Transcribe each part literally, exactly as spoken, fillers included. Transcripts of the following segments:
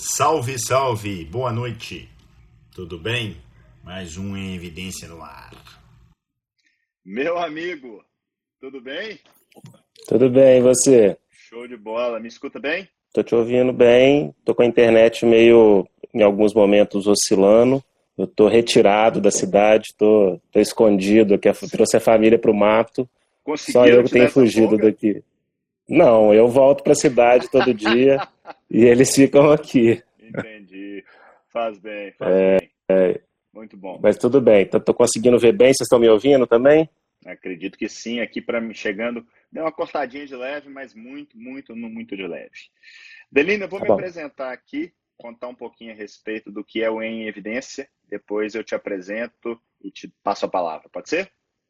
Salve, salve, boa noite, tudo bem? Mais um em evidência no ar. Meu amigo, tudo bem? Tudo bem, e você? Show de bola, me escuta bem? Tô te ouvindo bem, tô com a internet meio, em alguns momentos, oscilando. Eu tô retirado da cidade, tô, tô escondido aqui, trouxe a família pro mato. Só eu Conseguiram que te dar tenho essa fugido folga? daqui. Não, eu volto pra cidade todo dia e eles ficam aqui. Entendi, faz bem, faz bem, muito bom. Mas tudo bem, tô, tô conseguindo ver bem, vocês estão me ouvindo também? Acredito que sim, aqui para mim chegando, deu uma cortadinha de leve, mas muito, muito, muito de leve. Delina, eu vou Tá me bom, apresentar aqui, contar um pouquinho a respeito do que é o Em Evidência, depois eu te apresento e te passo a palavra, pode ser?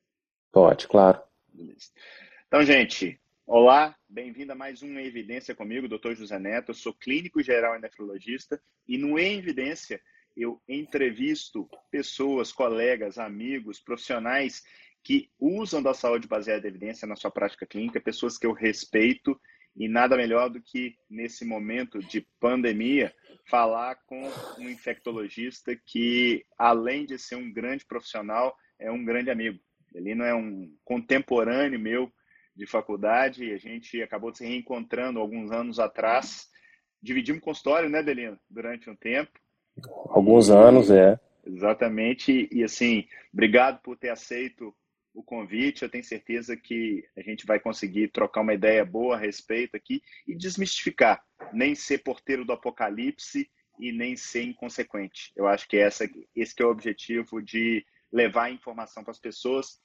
pode, claro. Beleza. Então, gente, olá, bem-vindo a mais um Em Evidência comigo, doutor José Neto. Eu sou clínico geral e nefrologista e no Em Evidência eu entrevisto pessoas, colegas, amigos, profissionais que usam da saúde baseada em evidência na sua prática clínica, pessoas que eu respeito e nada melhor do que nesse momento de pandemia falar com um infectologista que, além de ser um grande profissional, é um grande amigo. Ele não é um contemporâneo meu de faculdade, a gente acabou se reencontrando alguns anos atrás. Dividimos consultório, né, Delino? Durante um tempo. Alguns anos, E é. exatamente, e assim, obrigado por ter aceito o convite. Eu tenho certeza que a gente vai conseguir trocar uma ideia boa a respeito aqui e desmistificar, nem ser porteiro do apocalipse e nem ser inconsequente. Eu acho que essa, esse que é o objetivo de levar informação para as pessoas,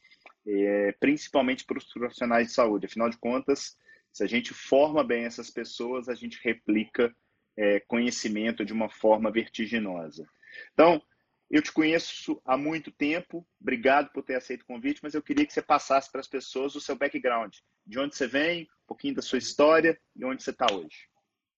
é, principalmente para os profissionais de saúde. Afinal de contas, se a gente forma bem essas pessoas, a gente replica é, conhecimento de uma forma vertiginosa. Então, eu te conheço há muito tempo, obrigado por ter aceito o convite, mas eu queria que você passasse para as pessoas o seu background, de onde você vem, um pouquinho da sua história e onde você está hoje.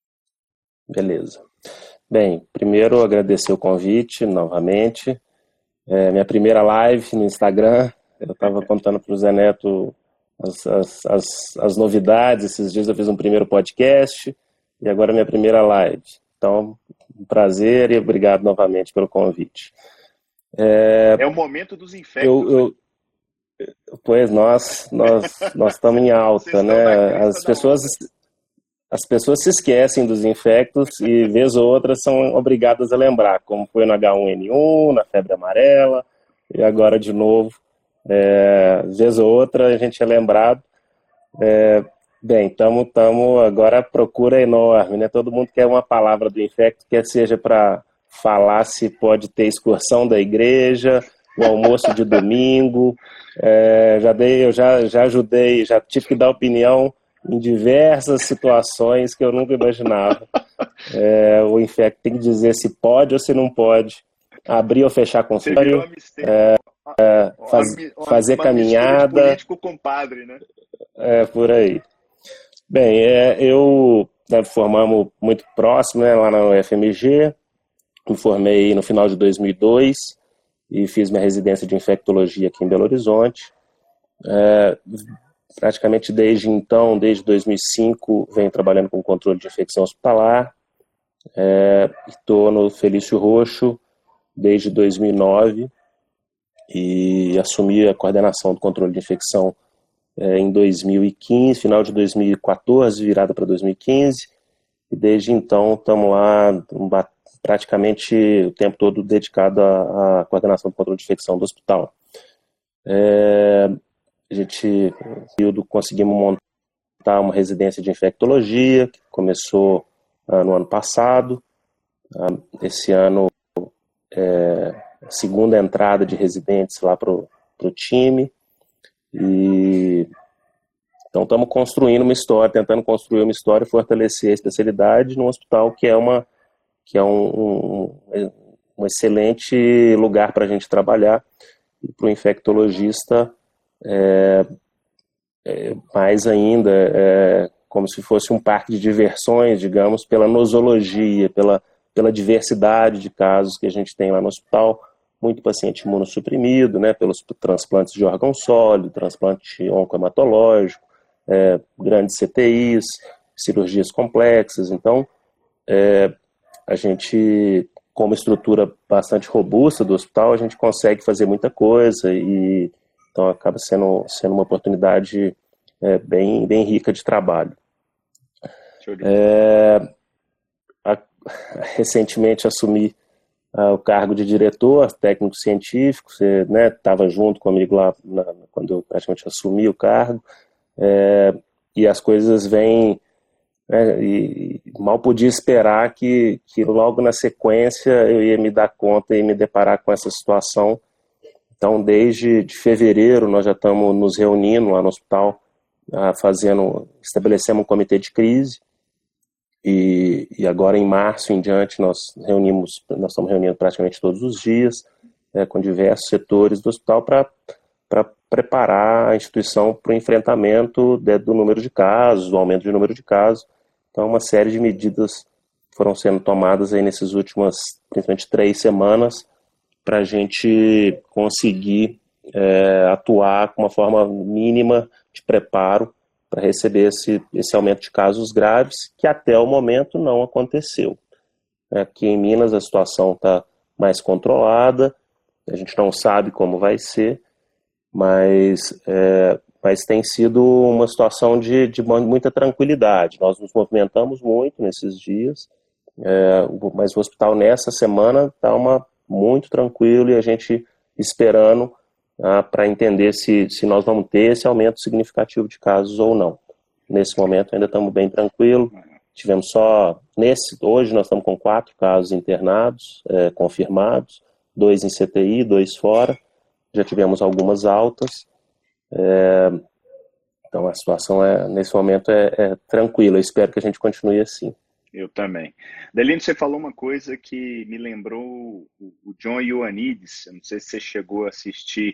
Beleza. Bem, primeiro agradecer o convite novamente. É, minha primeira live no Instagram, eu estava contando para o Zé Neto as, as, as, as novidades. Esses dias eu fiz um primeiro podcast e agora minha primeira live. Então, um prazer e obrigado novamente pelo convite. É, é o momento dos infectos, eu, né? eu, pois nós, nós, nós estamos em Vocês alta, estão na né? crista As da pessoas, onda. as pessoas se esquecem dos infectos e, vez ou outra, são obrigadas a lembrar, como foi no agá um ene um, na febre amarela, e agora de novo, é, vez ou outra, a gente é lembrado. É, bem, estamos agora a procura é enorme, né? Todo mundo quer uma palavra do infecto, quer seja para falar se pode ter excursão da igreja, o almoço de domingo. É, já dei, eu já, já ajudei, já tive que dar opinião em diversas situações que eu nunca imaginava. É, o infecto tem que dizer se pode ou se não pode abrir ou fechar Você virou consultório, uma, mistério, uma, faz, uma, fazer uma mistura de caminhada, político com padre, né? é, por aí. Bem, é, eu né, formamos muito próximo, né, lá na U F M G, me formei no final de dois mil e dois e fiz minha residência de infectologia aqui em Belo Horizonte. É, praticamente desde então, desde dois mil e cinco, venho trabalhando com controle de infecção hospitalar. Estou no Felício Roxo desde dois mil e nove e assumi a coordenação do controle de infecção é, em dois mil e quinze, final de dois mil e quatorze, virada para dois mil e quinze. E desde então estamos lá um, praticamente o tempo todo dedicado à, à coordenação do controle de infecção do hospital. É, a gente, no período, conseguimos montar uma residência de infectologia, que começou ah, no ano passado. Ah, esse ano, é, a segunda entrada de residentes lá para o time. E então estamos construindo uma história, tentando construir uma história e fortalecer a especialidade num hospital que é, uma, que é um, um, um excelente lugar para a gente trabalhar. E para o infectologista, é, é, mais ainda, é como se fosse um parque de diversões, digamos, pela nosologia, pela, pela diversidade de casos que a gente tem lá no hospital. Muito paciente imunossuprimido, né, pelos transplantes de órgão sólido, transplante oncohematológico, é, grandes C T Is, cirurgias complexas. Então, é, a gente, com uma estrutura bastante robusta do hospital, a gente consegue fazer muita coisa e então acaba sendo, sendo uma oportunidade é, bem, bem rica de trabalho. É, a, recentemente assumi uh, o cargo de diretor técnico científico, você estava né, junto comigo lá na, quando eu praticamente assumi o cargo, é, e as coisas vêm, né, e mal podia esperar que, que logo na sequência eu ia me dar conta e me deparar com essa situação. Então, desde de fevereiro, nós já estamos nos reunindo lá no hospital, uh, fazendo, estabelecemos um comitê de crise, e, e agora em março em diante nós reunimos, nós estamos reunindo praticamente todos os dias, é, com diversos setores do hospital para para preparar a instituição para o enfrentamento de, do número de casos, do aumento de número de casos. Então, uma série de medidas foram sendo tomadas aí nessas últimas, principalmente, três semanas, para a gente conseguir é, atuar com uma forma mínima de preparo para receber esse, esse aumento de casos graves, que até o momento não aconteceu. Aqui em Minas a situação está mais controlada, a gente não sabe como vai ser, mas, é, mas tem sido uma situação de, de muita tranquilidade. Nós nos movimentamos muito nesses dias, é, mas o hospital nessa semana está muito tranquilo e a gente esperando ah, para entender se, se nós vamos ter esse aumento significativo de casos ou não. Nesse momento ainda estamos bem tranquilos. Tivemos só, nesse, hoje nós estamos com quatro casos internados, é, confirmados, dois em C T I, dois fora. Já tivemos algumas altas, é, então a situação é, nesse momento é, é tranquila, eu espero que a gente continue assim. Eu também. Delino, você falou uma coisa que me lembrou o John Ioannidis, eu não sei se você chegou a assistir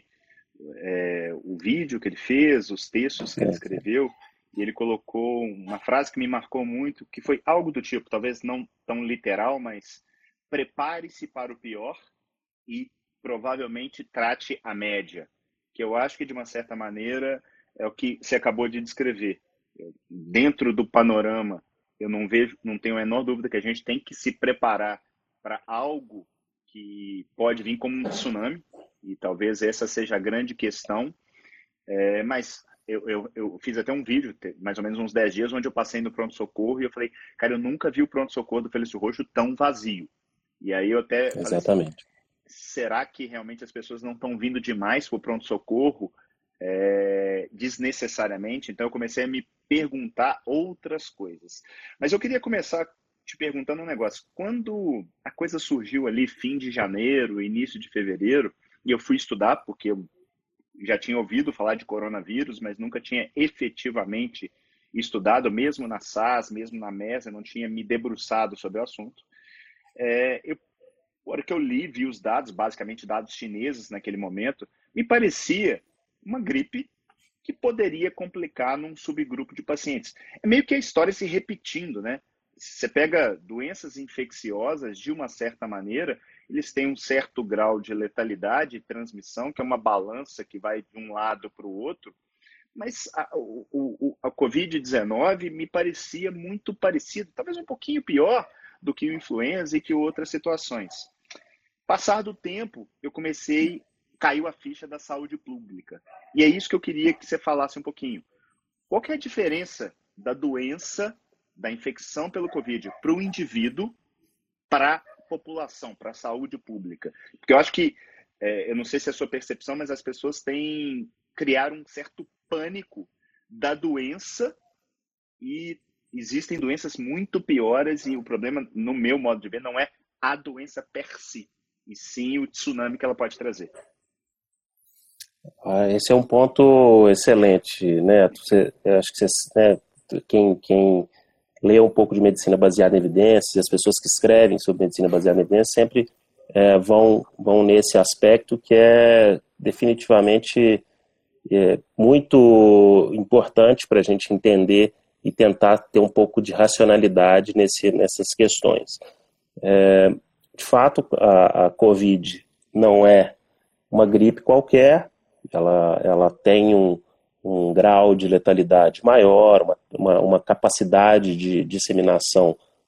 é, o vídeo que ele fez, os textos que ele escreveu, e ele colocou uma frase que me marcou muito, que foi algo do tipo, talvez não tão literal, mas prepare-se para o pior e provavelmente trate a média, que eu acho que de uma certa maneira é o que você acabou de descrever. Dentro do panorama, eu não vejo, não tenho a menor dúvida que a gente tem que se preparar para algo que pode vir como um tsunami, e talvez essa seja a grande questão, é, mas eu, eu, eu fiz até um vídeo, mais ou menos uns dez dias, onde eu passei no pronto-socorro e eu falei, cara, eu nunca vi o pronto-socorro do Felício Roxo tão vazio. E aí eu até falei Exatamente. Assim, será que realmente as pessoas não estão vindo demais para o pronto-socorro é, desnecessariamente? Então eu comecei a me perguntar outras coisas. Mas eu queria começar te perguntando um negócio. Quando a coisa surgiu ali, fim de janeiro, início de fevereiro, e eu fui estudar, porque eu já tinha ouvido falar de coronavírus, mas nunca tinha efetivamente estudado, mesmo na SARS, mesmo na MERS, eu não tinha me debruçado sobre o assunto. É, eu A hora que eu li, vi os dados, basicamente dados chineses naquele momento, me parecia uma gripe que poderia complicar num subgrupo de pacientes. É meio que a história se repetindo, né? Você pega doenças infecciosas, de uma certa maneira, eles têm um certo grau de letalidade e transmissão, que é uma balança que vai de um lado para o outro, mas a, o, a covid dezenove me parecia muito parecido, talvez um pouquinho pior do que o influenza e que outras situações. Passar do tempo, eu comecei, caiu a ficha da saúde pública. E é isso que eu queria que você falasse um pouquinho. Qual que é a diferença da doença, da infecção pelo Covid para o indivíduo, para a população, para a saúde pública? Porque eu acho que, é, eu não sei se é a sua percepção, mas as pessoas têm criado um certo pânico da doença e existem doenças muito piores e o problema, no meu modo de ver, não é a doença per si, e sim o tsunami que ela pode trazer. Ah, esse é um ponto excelente, né? Você, eu acho que você, né, quem, quem lê um pouco de medicina baseada em evidências, as pessoas que escrevem sobre medicina baseada em evidências sempre é, vão, vão nesse aspecto que é definitivamente é, muito importante para a gente entender e tentar ter um pouco de racionalidade nesse, nessas questões. É, de fato, a, a Covid não é uma gripe qualquer, ela, ela tem um, um grau de letalidade maior, uma, uma, uma capacidade de disseminação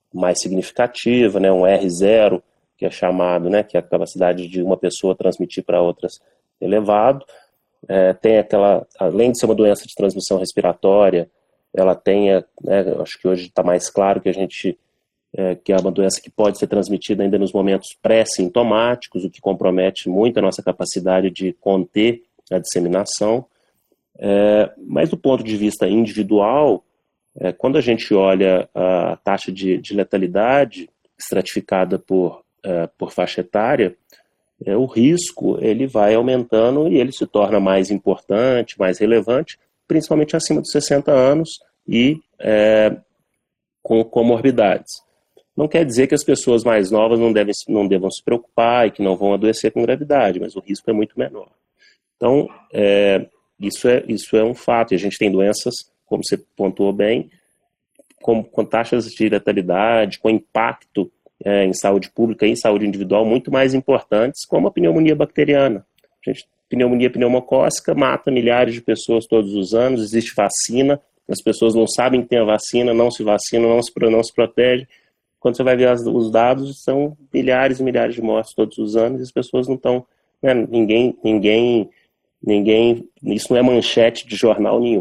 mais significativa, né, um R zero, que é chamado, né, que é a capacidade de uma pessoa transmitir para outras elevado. É, tem aquela, além de ser uma doença de transmissão respiratória, ela tem, né, acho que hoje está mais claro que a gente, é, que é uma doença que pode ser transmitida ainda nos momentos pré-sintomáticos, o que compromete muito a nossa capacidade de conter a disseminação. É, mas do ponto de vista individual, é, quando a gente olha a taxa de, de letalidade estratificada por, é, por faixa etária, é, o risco ele vai aumentando e ele se torna mais importante, mais relevante, principalmente acima dos sessenta anos e é, com comorbidades. Não quer dizer que as pessoas mais novas não, devem, não devam se preocupar e que não vão adoecer com gravidade, mas o risco é muito menor. Então, é, isso, é, isso é um fato. E a gente tem doenças, como você pontuou bem, com, com taxas de letalidade, com impacto é, em saúde pública e em saúde individual muito mais importantes, como a pneumonia bacteriana. A gente, pneumonia pneumocócica mata milhares de pessoas todos os anos, existe vacina, as pessoas não sabem que tem a vacina, não se vacinam, não se, não se protegem. Quando você vai ver as, os dados, são milhares e milhares de mortes todos os anos e as pessoas não estão, né, ninguém, ninguém, ninguém, isso não é manchete de jornal nenhum.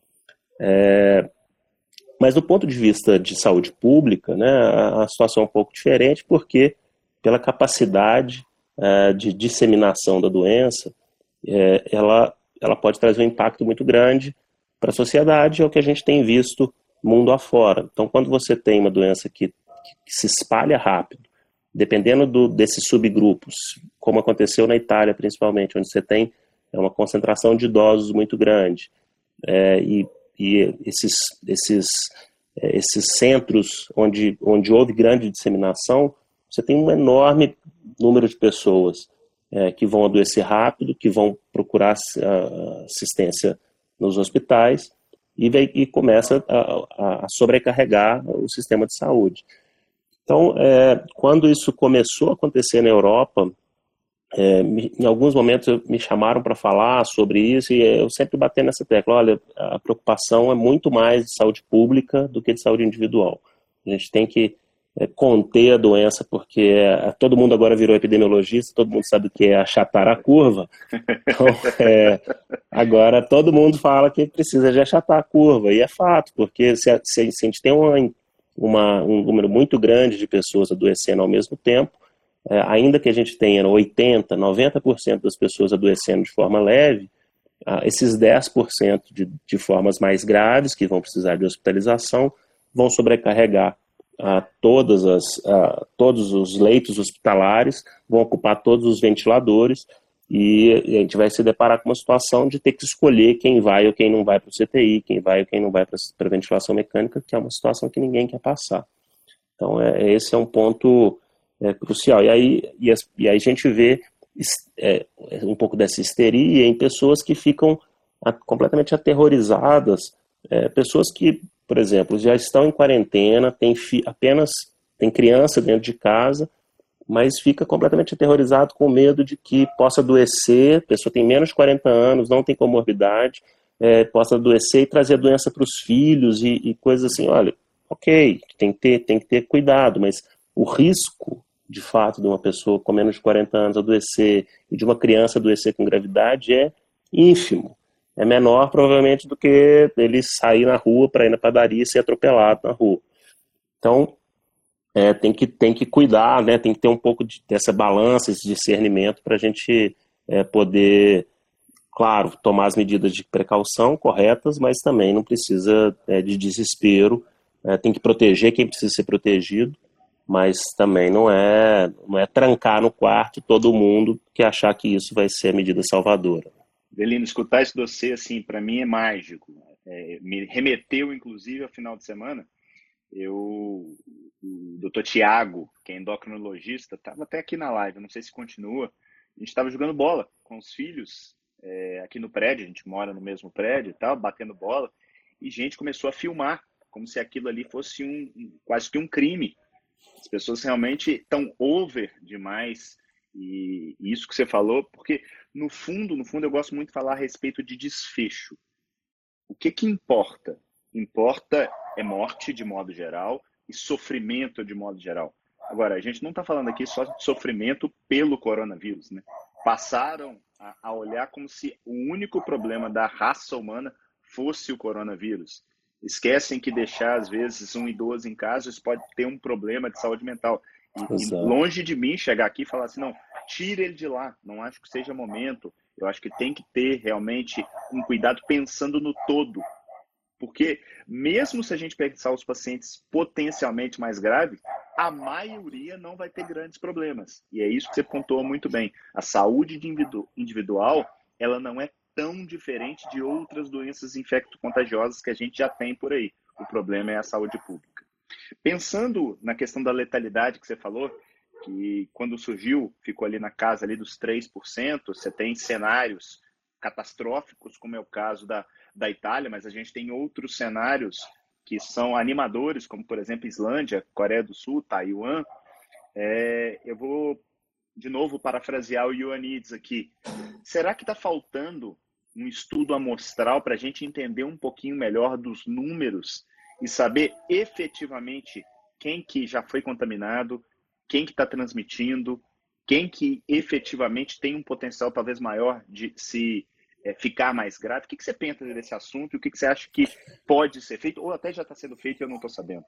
É, mas do ponto de vista de saúde pública, né, a situação é um pouco diferente, porque pela capacidade é, de disseminação da doença, é, ela, ela pode trazer um impacto muito grande para a sociedade, é o que a gente tem visto mundo afora. Então, quando você tem uma doença que, que se espalha rápido, dependendo do, desses subgrupos, como aconteceu na Itália principalmente, onde você tem uma concentração de idosos muito grande, é, e E esses, esses, esses centros onde, onde houve grande disseminação, você tem um enorme número de pessoas é, que vão adoecer rápido, que vão procurar assistência nos hospitais e, e começa a, a sobrecarregar o sistema de saúde. Então, é, quando isso começou a acontecer na Europa, É, em alguns momentos me chamaram para falar sobre isso e eu sempre bati nessa tecla, olha, a preocupação é muito mais de saúde pública do que de saúde individual. A gente tem que é, conter a doença porque é, todo mundo agora virou epidemiologista, todo mundo sabe o que é achatar a curva, então é, agora todo mundo fala que precisa de achatar a curva e é fato, porque se a, se a gente tem uma, uma, um número muito grande de pessoas adoecendo ao mesmo tempo, É, ainda que a gente tenha oitenta por cento, noventa por cento das pessoas adoecendo de forma leve, ah, esses dez por cento de, de formas mais graves, que vão precisar de hospitalização, vão sobrecarregar ah, todas as, ah, todos os leitos hospitalares, vão ocupar todos os ventiladores, e a gente vai se deparar com uma situação de ter que escolher quem vai ou quem não vai para o C T I, quem vai ou quem não vai para a ventilação mecânica, que é uma situação que ninguém quer passar. Então, é, esse é um ponto... É crucial. E aí, e, as, e aí a gente vê é, um pouco dessa histeria em pessoas que ficam a, completamente aterrorizadas, é, pessoas que, por exemplo, já estão em quarentena, tem fi, apenas tem criança dentro de casa, mas fica completamente aterrorizado com medo de que possa adoecer, a pessoa tem menos de quarenta anos, não tem comorbidade, é, possa adoecer e trazer a doença para os filhos e, e coisas assim. Olha, ok, tem que ter, tem que ter cuidado, mas o risco de fato de uma pessoa com menos de quarenta anos adoecer e de uma criança adoecer com gravidade é ínfimo. É menor provavelmente do que ele sair na rua para ir na padaria e ser atropelado na rua. Então, é, tem, que, tem que cuidar, né? Tem que ter um pouco de, dessa balança, esse discernimento para a gente é, poder, claro, tomar as medidas de precaução corretas, mas também não precisa é, de desespero. É, tem que proteger quem precisa ser protegido, mas também não é, não é trancar no quarto todo mundo que achar que isso vai ser a medida salvadora. Avelino, escutar isso de você, assim, para mim é mágico. É, me remeteu, inclusive, ao final de semana. Eu, o doutor Tiago, que é endocrinologista, estava até aqui na live, não sei se continua. A gente estava jogando bola com os filhos é, aqui no prédio, a gente mora no mesmo prédio e tal, batendo bola, e gente começou a filmar, como se aquilo ali fosse um, quase que um crime. As pessoas realmente estão over demais, e isso que você falou, porque no fundo, no fundo eu gosto muito de falar a respeito de desfecho. O que que importa? Importa é morte de modo geral, e sofrimento de modo geral. Agora, a gente não está falando aqui só de sofrimento pelo coronavírus, né? Passaram a, a olhar como se o único problema da raça humana fosse o coronavírus. Esquecem que deixar, às vezes, um idoso em casa, isso pode ter um problema de saúde mental. E, e longe de mim chegar aqui e falar assim, não, tira ele de lá, não acho que seja momento. Eu acho que tem que ter realmente um cuidado pensando no todo. Porque mesmo se a gente pensar os pacientes potencialmente mais graves, a maioria não vai ter grandes problemas. E é isso que você pontuou muito bem. A saúde individual, ela não é tão diferente de outras doenças infecto-contagiosas que a gente já tem por aí. O problema é a saúde pública. Pensando na questão da letalidade que você falou, que quando surgiu, ficou ali na casa ali dos três por cento, você tem cenários catastróficos, como é o caso da, da Itália, mas a gente tem outros cenários que são animadores, como, por exemplo, Islândia, Coreia do Sul, Taiwan. É, eu vou, de novo, parafrasear o Ioannidis aqui. Será que está faltando um estudo amostral para a gente entender um pouquinho melhor dos números e saber efetivamente quem que já foi contaminado, quem que está transmitindo, quem que efetivamente tem um potencial talvez maior de se é, ficar mais grave? O que, que você pensa desse assunto e o que, que você acha que pode ser feito ou até já está sendo feito e eu não estou sabendo?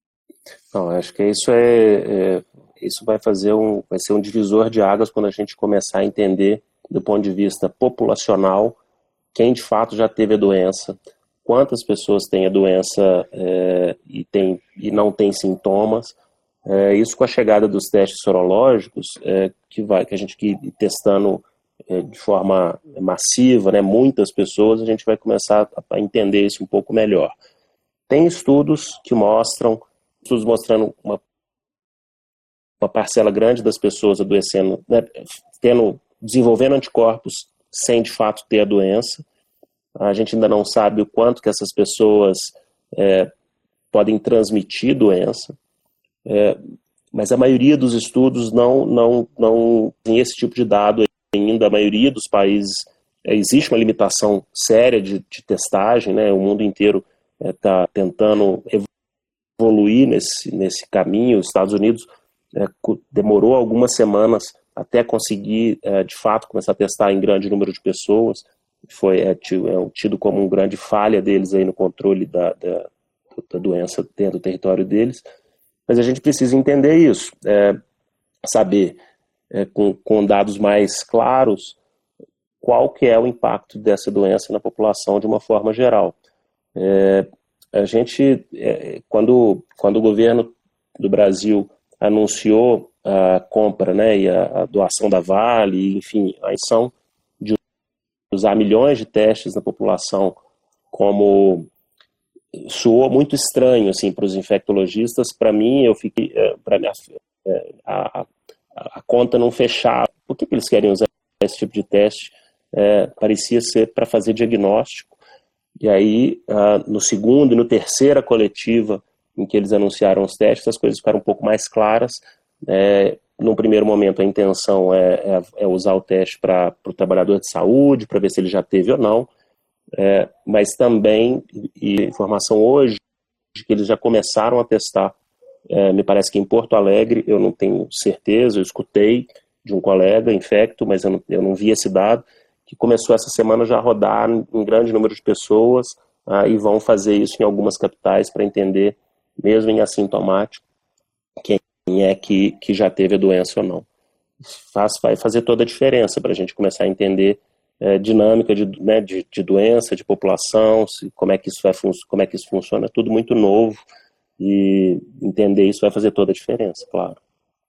Não, acho que isso é, é isso vai fazer um vai ser um divisor de águas quando a gente começar a entender do ponto de vista populacional quem de fato já teve a doença, quantas pessoas têm a doença é, e, tem, e não têm sintomas. É, isso com a chegada dos testes sorológicos, é, que, vai, que a gente que testando é, de forma massiva, né, muitas pessoas, a gente vai começar a, a entender isso um pouco melhor. Tem estudos que mostram, estudos mostrando uma, uma parcela grande das pessoas adoecendo, né, tendo, desenvolvendo anticorpos sem de fato ter a doença. A gente ainda não sabe o quanto que essas pessoas é, podem transmitir doença. É, mas a maioria dos estudos não, não, não tem esse tipo de dado ainda. A maioria dos países, é, existe uma limitação séria de, de testagem, né? O mundo inteiro está é, tentando evoluir nesse, nesse caminho. Os Estados Unidos é, demorou algumas semanas até conseguir, é, de fato, começar a testar em grande número de pessoas. Foi é, tido, é, tido como uma grande falha deles aí no controle da, da, da doença dentro do território deles. Mas a gente precisa entender isso, é, saber é, com, com dados mais claros qual que é o impacto dessa doença na população de uma forma geral. É, a gente, é, quando, quando o governo do Brasil anunciou a compra, né, e a, a doação da Vale, enfim, a intenção de usar milhões de testes na população como... soou muito estranho assim para os infectologistas. Para mim, eu fiquei, para mim, a, a, a conta não fechava. Por que, que eles querem usar esse tipo de teste? É, parecia ser para fazer diagnóstico. E aí, uh, no segundo e no terceira coletiva em que eles anunciaram os testes, as coisas ficaram um pouco mais claras. É, no primeiro momento, a intenção é, é, é usar o teste para o trabalhador de saúde, para ver se ele já teve ou não. É, mas também, e informação hoje, que eles já começaram a testar, é, me parece que em Porto Alegre, eu não tenho certeza, eu escutei de um colega infecto, mas eu não, eu não vi esse dado, que começou essa semana já a rodar em um grande número de pessoas, ah, e vão fazer isso em algumas capitais para entender, mesmo em assintomático, quem é que, que já teve a doença ou não. Faz, vai fazer toda a diferença para a gente começar a entender É, dinâmica de, né, de, de doença, de população, se, como, é que isso vai como é que isso funciona, é tudo muito novo e entender isso vai fazer toda a diferença, claro.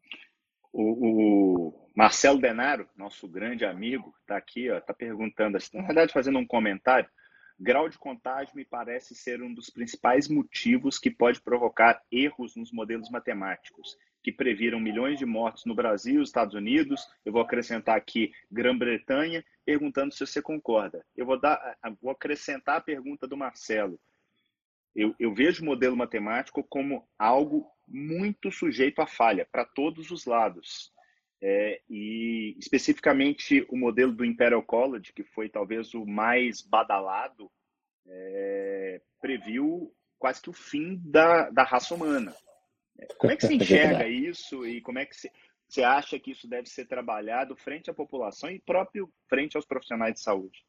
O, o Marcelo Denaro, nosso grande amigo, está aqui, está perguntando, na verdade fazendo um comentário, grau de contágio me parece ser um dos principais motivos que pode provocar erros nos modelos matemáticos, que previram milhões de mortes no Brasil, Estados Unidos, eu vou acrescentar aqui Grã-Bretanha, perguntando se você concorda. Eu vou, dar, vou acrescentar a pergunta do Marcelo. Eu, eu vejo o modelo matemático como algo muito sujeito à falha, para todos os lados. É, e especificamente o modelo do Imperial College, que foi talvez o mais badalado, é, previu quase que o fim da, da raça humana. Como é que você É enxerga verdade. isso e como é que você, você acha que isso deve ser trabalhado frente à população e próprio frente aos profissionais de saúde?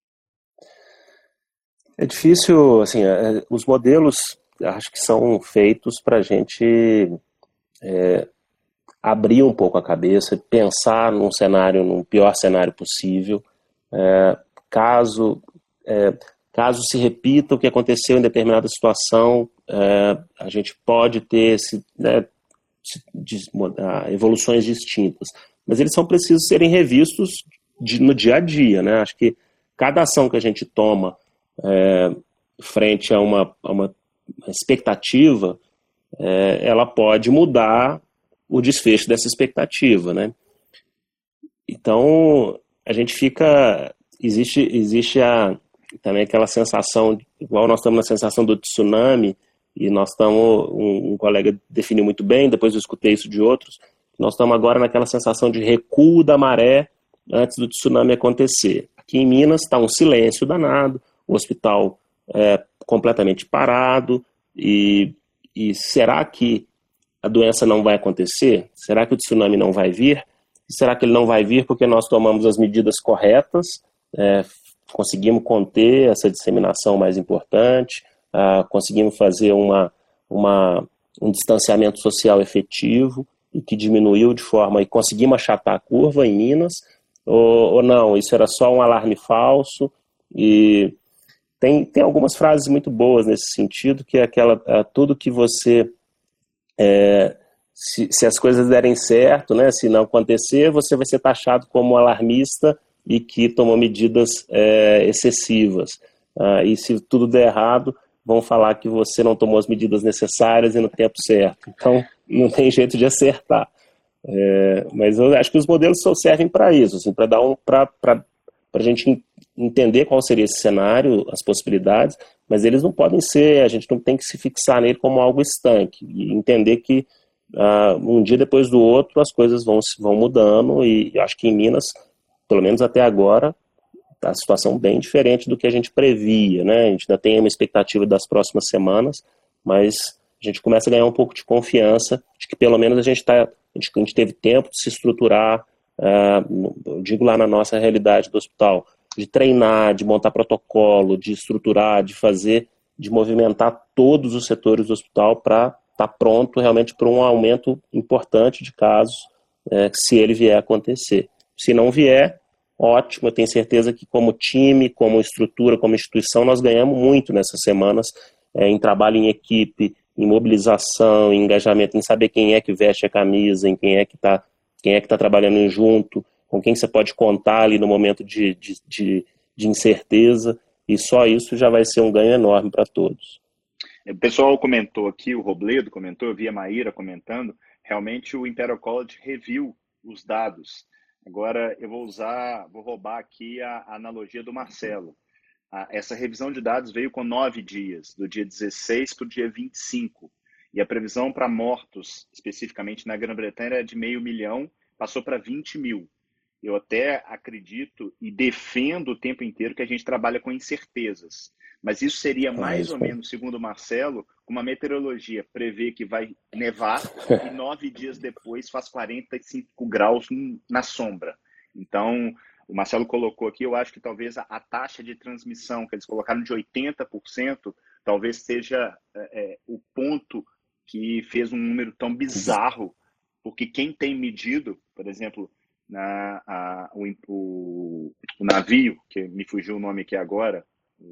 É difícil, assim, é, os modelos acho que são feitos para a gente abrir um pouco a cabeça, pensar num cenário, num pior cenário possível, é, caso é, caso se repita o que aconteceu em determinada situação, é, a gente pode ter esse, né, evoluções distintas, mas eles são precisos serem revistos de, no dia a dia, né? Acho que cada ação que a gente toma é, frente a uma, a uma expectativa, é, ela pode mudar o desfecho dessa expectativa, né? Então, a gente fica... Existe, existe a, também aquela sensação, igual nós estamos na sensação do tsunami, e nós estamos, um, um colega definiu muito bem, depois eu escutei isso de outros, nós estamos agora naquela sensação de recuo da maré antes do tsunami acontecer. Aqui em Minas está um silêncio danado, o hospital é completamente parado, e, e será que a doença não vai acontecer? Será que o tsunami não vai vir? Será que ele não vai vir porque nós tomamos as medidas corretas, é, conseguimos conter essa disseminação mais importante, uh, conseguimos fazer uma, uma, um distanciamento social efetivo e que diminuiu de forma, e conseguimos achatar a curva em Minas, ou, ou não, isso era só um alarme falso. E tem, tem algumas frases muito boas nesse sentido, que é aquela, uh, tudo que você... É, se, se as coisas derem certo, né, se não acontecer, você vai ser taxado como alarmista e que tomou medidas é, excessivas. Ah, e se tudo der errado, vão falar que você não tomou as medidas necessárias e no tempo certo. Então, não tem jeito de acertar. É, mas eu acho que os modelos só servem para isso, assim, para dar um, para a gente entender qual seria esse cenário, as possibilidades, mas eles não podem ser, a gente não tem que se fixar nele como algo estanque, e entender que uh, um dia depois do outro as coisas vão, vão mudando, e acho que em Minas, pelo menos até agora, tá a situação bem diferente do que a gente previa, né? A gente ainda tem uma expectativa das próximas semanas, mas a gente começa a ganhar um pouco de confiança de que pelo menos a gente, tá, a gente, a gente teve tempo de se estruturar, uh, eu digo lá na nossa realidade do hospital, de treinar, de montar protocolo, de estruturar, de fazer, de movimentar todos os setores do hospital para estar tá pronto realmente para um aumento importante de casos, é, se ele vier a acontecer. Se não vier, ótimo, eu tenho certeza que como time, como estrutura, como instituição, nós ganhamos muito nessas semanas, é, em trabalho em equipe, em mobilização, em engajamento, em saber quem é que veste a camisa, em quem é que está quem é que tá trabalhando junto, com quem você pode contar ali no momento de, de, de, de incerteza, e só isso já vai ser um ganho enorme para todos. O pessoal comentou aqui, o Robledo comentou, eu vi a Maíra comentando, realmente o Imperial College reviu os dados. Agora eu vou usar, vou roubar aqui a, a analogia do Marcelo. A, essa revisão de dados veio com nove dias, do dia dezesseis para o dia vinte e cinco. E a previsão para mortos, especificamente na Grã-Bretanha, era de meio milhão, passou para vinte mil. Eu até acredito e defendo o tempo inteiro que a gente trabalha com incertezas. Mas isso seria mais é ou menos, segundo o Marcelo, uma meteorologia prevê que vai nevar e nove dias depois faz quarenta e cinco graus na sombra. Então, o Marcelo colocou aqui, eu acho que talvez a, a taxa de transmissão que eles colocaram de oitenta por cento talvez seja é, o ponto que fez um número tão bizarro, porque quem tem medido, por exemplo, na, a, o, o, o navio, que me fugiu o nome aqui agora,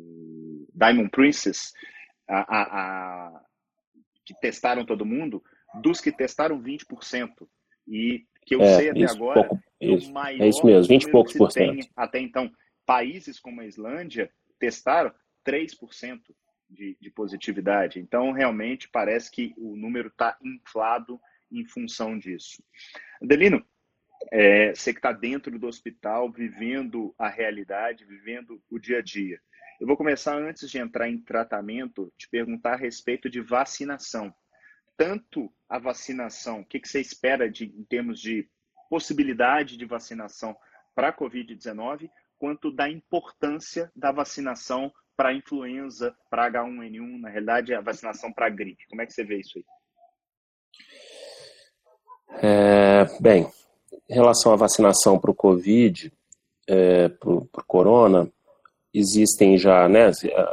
o Diamond Princess, a, a, a, que testaram todo mundo, dos que testaram vinte por cento. E que eu É, sei até isso, agora, pouco, é o isso, é isso maior mesmo, vinte e número que poucos se por cento. tem até então. Países como a Islândia testaram três por cento de, de positividade. Então, realmente, parece que o número está inflado em função disso. Adelino, é, você que está dentro do hospital, vivendo a realidade, vivendo o dia a dia. Eu vou começar, antes de entrar em tratamento, te perguntar a respeito de vacinação. Tanto a vacinação, o que, que você espera de, em termos de possibilidade de vacinação para a covid dezenove, quanto da importância da vacinação para a influenza, para H um N um, na realidade, a vacinação para a gripe. Como é que você vê isso aí? É, bem, em relação à vacinação para o Covid, é, para o Corona, existem já, né,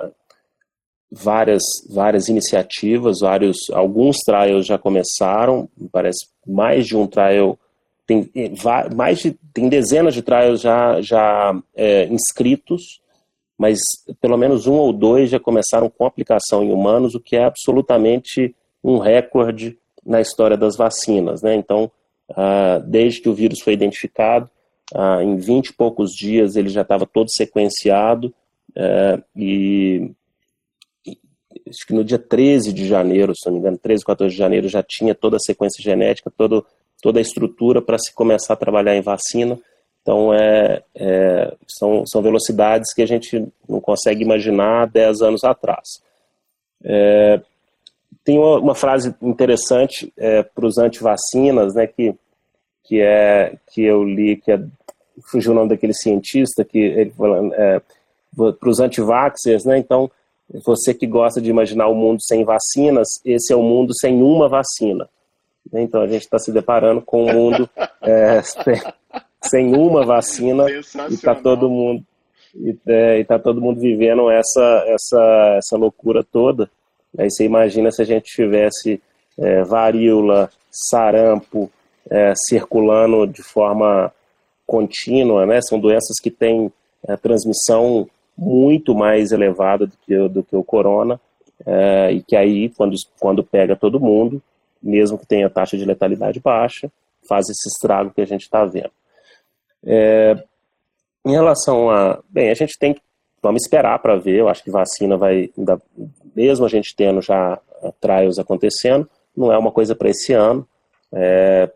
várias, várias iniciativas, vários, alguns trials já começaram, parece mais de um trial, tem, mais de, tem dezenas de trials já, já é, inscritos, mas pelo menos um ou dois já começaram com aplicação em humanos, o que é absolutamente um recorde na história das vacinas, né? Então, ah, desde que o vírus foi identificado, ah, em vinte e poucos dias ele já estava todo sequenciado, eh, e acho que no dia treze de janeiro, se não me engano, treze, quatorze de janeiro, já tinha toda a sequência genética, todo, toda a estrutura para se começar a trabalhar em vacina. Então, é, é, são, são velocidades que a gente não consegue imaginar dez anos atrás. É, tem uma, uma frase interessante é, para os antivacinas, né, que, que, é, que eu li, que é, fugiu o nome daquele cientista, que ele falando, é, para os antivaxers, né, então, você que gosta de imaginar o mundo sem vacinas, esse é o mundo sem uma vacina. Então, a gente está se deparando com um mundo é, sem, sem uma vacina e está todo mundo e é, está todo mundo vivendo essa essa essa loucura toda. Aí você imagina se a gente tivesse é, varíola, sarampo é, circulando de forma contínua, né? São doenças que têm é, transmissão muito mais elevada do que, do que o corona, é, e que aí, quando, quando pega todo mundo, mesmo que tenha taxa de letalidade baixa, faz esse estrago que a gente está vendo. É, em relação a... Bem, a gente tem que... Vamos esperar para ver, eu acho que vacina vai... Ainda, mesmo a gente tendo já trials acontecendo, não é uma coisa para esse ano, é,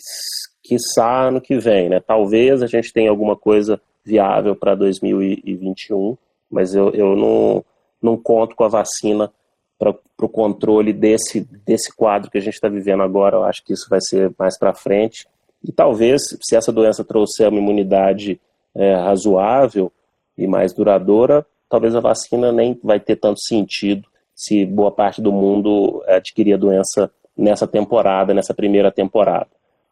quiçá ano que vem, né? Talvez a gente tenha alguma coisa viável para dois mil e vinte e um, mas eu, eu não, não conto com a vacina para o controle desse, desse quadro que a gente está vivendo agora. Eu acho que isso vai ser mais para frente. E talvez, se essa doença trouxer uma imunidade é, razoável e mais duradoura, talvez a vacina nem vai ter tanto sentido se boa parte do mundo adquirir a doença nessa temporada, nessa primeira temporada.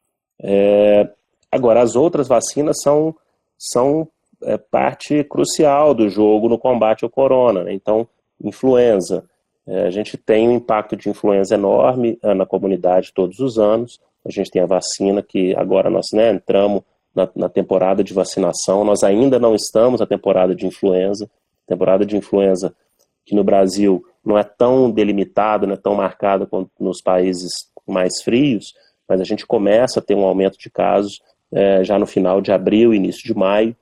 É, agora, as outras vacinas são, são é, parte crucial do jogo no combate ao corona, né? Então, influenza. É, a gente tem um impacto de influenza enorme é, na comunidade todos os anos. A gente tem a vacina que agora nós, né, entramos na, na temporada de vacinação. Nós ainda não estamos na temporada de influenza. Temporada de influenza que no Brasil não é tão delimitada, não é tão marcada quanto nos países mais frios, mas a gente começa a ter um aumento de casos é, já no final de abril, início de maio,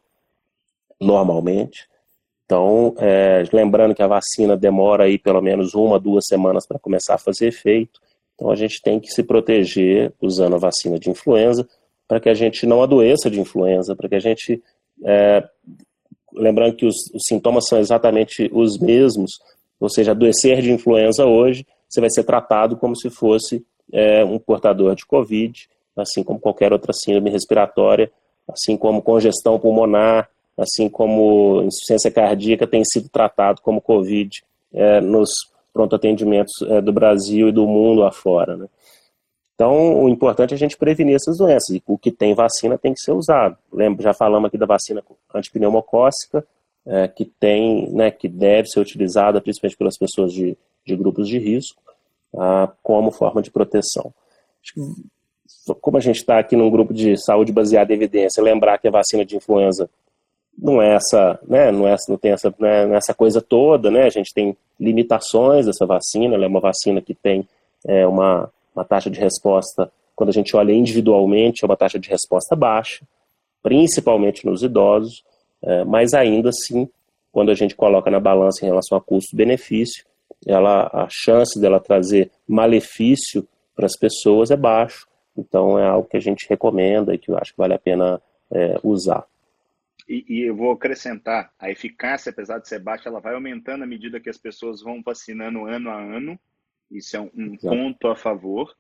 normalmente. Então, é, lembrando que a vacina demora aí pelo menos uma, duas semanas para começar a fazer efeito. Então, a gente tem que se proteger usando a vacina de influenza para que a gente não adoeça de influenza, para que a gente... É, lembrando que os, os sintomas são exatamente os mesmos, ou seja, adoecer de influenza hoje, você vai ser tratado como se fosse é, um portador de Covid, assim como qualquer outra síndrome respiratória, assim como congestão pulmonar, assim como insuficiência cardíaca tem sido tratado como Covid é, nos pronto-atendimentos é, do Brasil e do mundo afora, né? Então, o importante é a gente prevenir essas doenças, e o que tem vacina tem que ser usado. Lembra, já falamos aqui da vacina antipneumocócica, é, que tem, né, que deve ser utilizada principalmente pelas pessoas de, de grupos de risco, ah, como forma de proteção. Acho que, como a gente está aqui num grupo de saúde baseada em evidência, lembrar que a vacina de influenza não é essa, né, não, é, não tem essa, né, não é essa coisa toda, né? A gente tem limitações dessa vacina, ela é uma vacina que tem é, uma, uma taxa de resposta, quando a gente olha individualmente, é uma taxa de resposta baixa, principalmente nos idosos, é, mas ainda assim, quando a gente coloca na balança em relação a custo-benefício, ela, a chance dela trazer malefício para as pessoas é baixo, então é algo que a gente recomenda e que eu acho que vale a pena é, usar. E, e eu vou acrescentar, a eficácia, apesar de ser baixa, ela vai aumentando à medida que as pessoas vão vacinando ano a ano. Isso é um, um ponto a favor.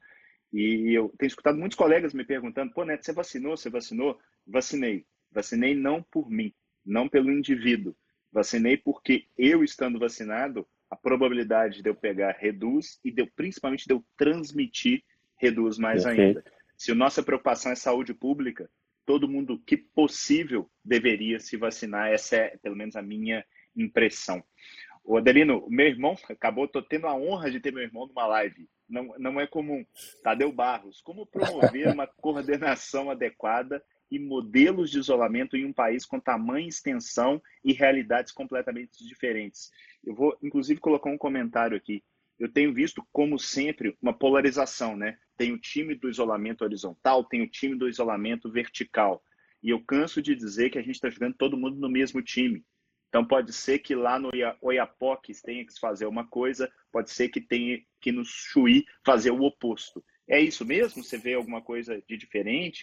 E eu tenho escutado muitos colegas me perguntando, pô, Neto, você vacinou? Você vacinou? Vacinei. Vacinei não por mim, não pelo indivíduo. Vacinei porque eu, estando vacinado, a probabilidade de eu pegar reduz e de eu, principalmente de eu transmitir reduz mais Perfeito. ainda. Se a nossa preocupação é saúde pública, todo mundo que possível deveria se vacinar. Essa é, pelo menos, a minha impressão. O Adelino, meu irmão, acabou, estou tendo a honra de ter meu irmão numa live. Não, não é comum. Tadeu Barros, como promover uma coordenação adequada e modelos de isolamento em um país com tamanho, extensão e realidades completamente diferentes? Eu vou, inclusive, colocar um comentário aqui. Eu tenho visto, como sempre, uma polarização, né? Tem o time do isolamento horizontal, tem o time do isolamento vertical. E eu canso de dizer que a gente está jogando todo mundo no mesmo time. Então, pode ser que lá no Oiapoque tenha que fazer uma coisa, pode ser que tenha que no Chuí fazer o oposto. É isso mesmo? Você vê alguma coisa de diferente?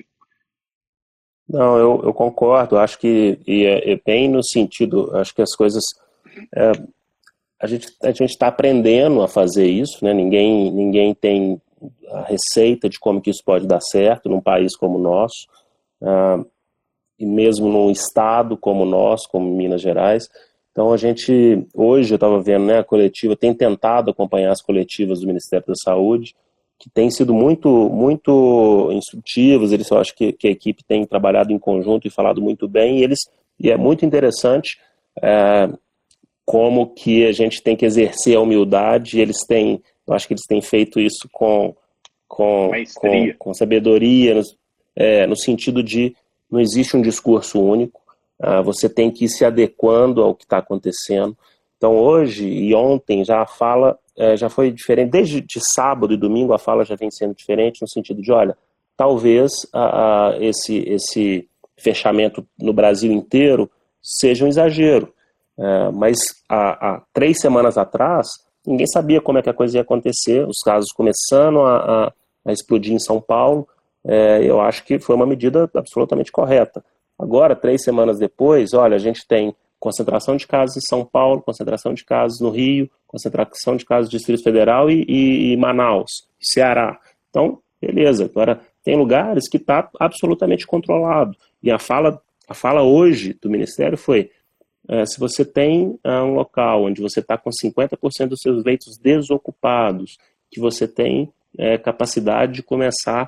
Não, eu, eu concordo. Acho que e é, é bem no sentido, acho que as coisas... É, a gente a gente está aprendendo a fazer isso, né? Ninguém, ninguém tem a receita de como que isso pode dar certo num país como o nosso. Ah, e mesmo num estado como o nosso, como Minas Gerais. Então a gente, hoje eu estava vendo, né, a coletiva, tem tentado acompanhar as coletivas do Ministério da Saúde, que tem sido muito, muito instrutivos. Eles, eu acho que, que a equipe tem trabalhado em conjunto e falado muito bem, e, eles, e é muito interessante é, como que a gente tem que exercer a humildade. Eles têm, eu acho que eles têm feito isso com, com, com, com sabedoria, no, é, no sentido de não existe um discurso único, uh, você tem que ir se adequando ao que está acontecendo. Então hoje e ontem já a fala uh, já foi diferente, desde de sábado e domingo a fala já vem sendo diferente, no sentido de, olha, talvez uh, uh, esse, esse fechamento no Brasil inteiro seja um exagero, uh, mas há, há três semanas atrás ninguém sabia como é que a coisa ia acontecer, os casos começando a, a, a explodir em São Paulo. É, eu acho que foi uma medida absolutamente correta. Agora, três semanas depois, olha, a gente tem concentração de casos em São Paulo, concentração de casos no Rio, concentração de casos no Distrito Federal e, e, e Manaus, Ceará. Então, beleza. Agora, tem lugares que está absolutamente controlado. E a fala, a fala hoje do Ministério foi, é, se você tem é, um local onde você está com cinquenta por cento dos seus leitos desocupados, que você tem é, capacidade de começar